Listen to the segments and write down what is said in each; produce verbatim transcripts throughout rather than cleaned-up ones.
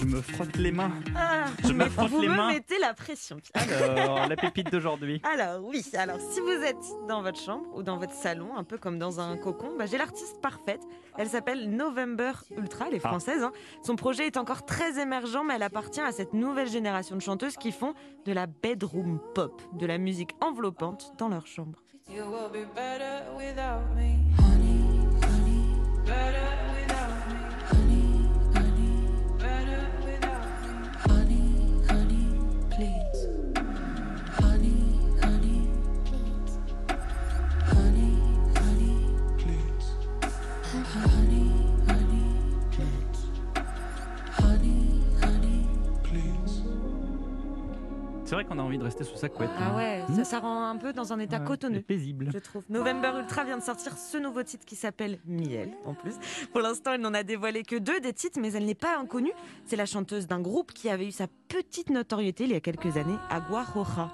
Je me frotte les mains. Ah, Je me mais frotte vous les me mains. mettez la pression, Pierre. Alors, la pépite d'aujourd'hui. Alors oui, alors si vous êtes dans votre chambre ou dans votre salon, un peu comme dans un cocon, bah, j'ai l'artiste parfaite. Elle s'appelle November Ultra, elle est Ah. française. Hein. Son projet est encore très émergent, mais elle appartient à cette nouvelle génération de chanteuses qui font de la bedroom pop, de la musique enveloppante dans leur chambre. You will be better without me. Honey, honey, better without me. Honey, honey, better without me. Honey, honey, please. Honey, honey, please. Honey, honey, please. Honey, honey, please. Honey, honey, please. C'est vrai qu'on a envie de rester sous sa couette. Ah hein. ouais, Mmh. ça, ça rend un peu dans un état Ouais, cotonneux. c'est paisible. Je trouve. November Ultra vient de sortir ce nouveau titre qui s'appelle Miel, en plus. Pour l'instant, elle n'en a dévoilé que deux des titres, mais elle n'est pas inconnue. C'est la chanteuse d'un groupe qui avait eu sa petite notoriété il y a quelques années, Agua Roja.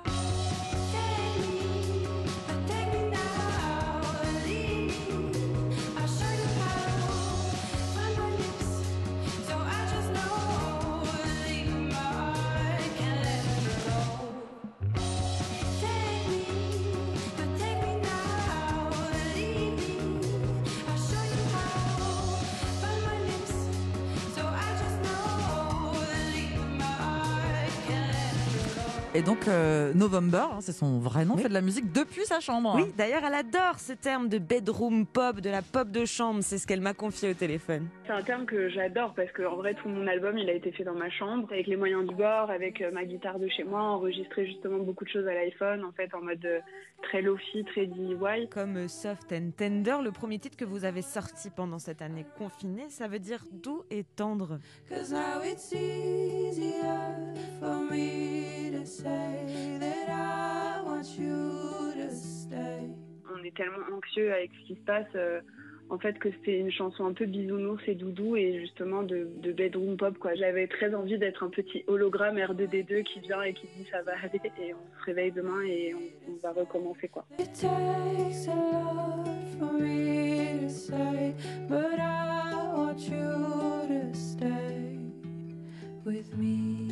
Et donc euh, November, hein, c'est son vrai nom, Oui. fait de la musique depuis sa chambre. Oui, d'ailleurs, elle adore ce terme de bedroom pop, de la pop de chambre. C'est ce qu'elle m'a confié au téléphone. C'est un terme que j'adore parce que en vrai tout mon album il a été fait dans ma chambre avec les moyens du bord, avec euh, ma guitare de chez moi, enregistré justement beaucoup de choses à l'iPhone en fait en mode euh, très lofi, très D I Y. Comme euh, Soft and Tender, le premier titre que vous avez sorti pendant cette année confinée, ça veut dire doux et tendre. Cause now it's easier for me to say that I want you to stay. On est tellement anxieux avec ce qui se passe euh, en fait que c'était une chanson un peu bisounours et doudou et justement de, de bedroom pop quoi. J'avais très envie d'être un petit hologramme R deux D deux qui vient et qui dit ça va aller et on se réveille demain et on, on va recommencer quoi. It takes a lot for me to say, but I want you to stay with me,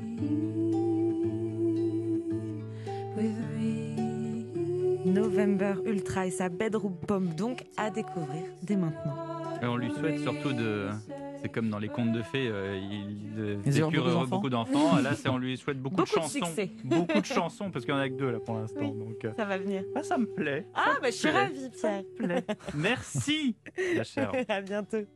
with me. November Ultra et sa bedroom pop donc à découvrir dès maintenant. Et on lui souhaite surtout de... C'est comme dans les contes de fées, euh, il euh, Ils eurent vécurent beaucoup heureux d'enfants. beaucoup d'enfants. Là, c'est, on lui souhaite beaucoup, Beaucoup de de chansons. succès. Beaucoup de chansons, parce qu'il n'y en a que deux là pour l'instant. Oui. Donc, euh, Ça va venir. bah, ça me plaît. Ah, bah, je suis plaît. ravie, Pierre. Plaît. Merci, la chère. À bientôt.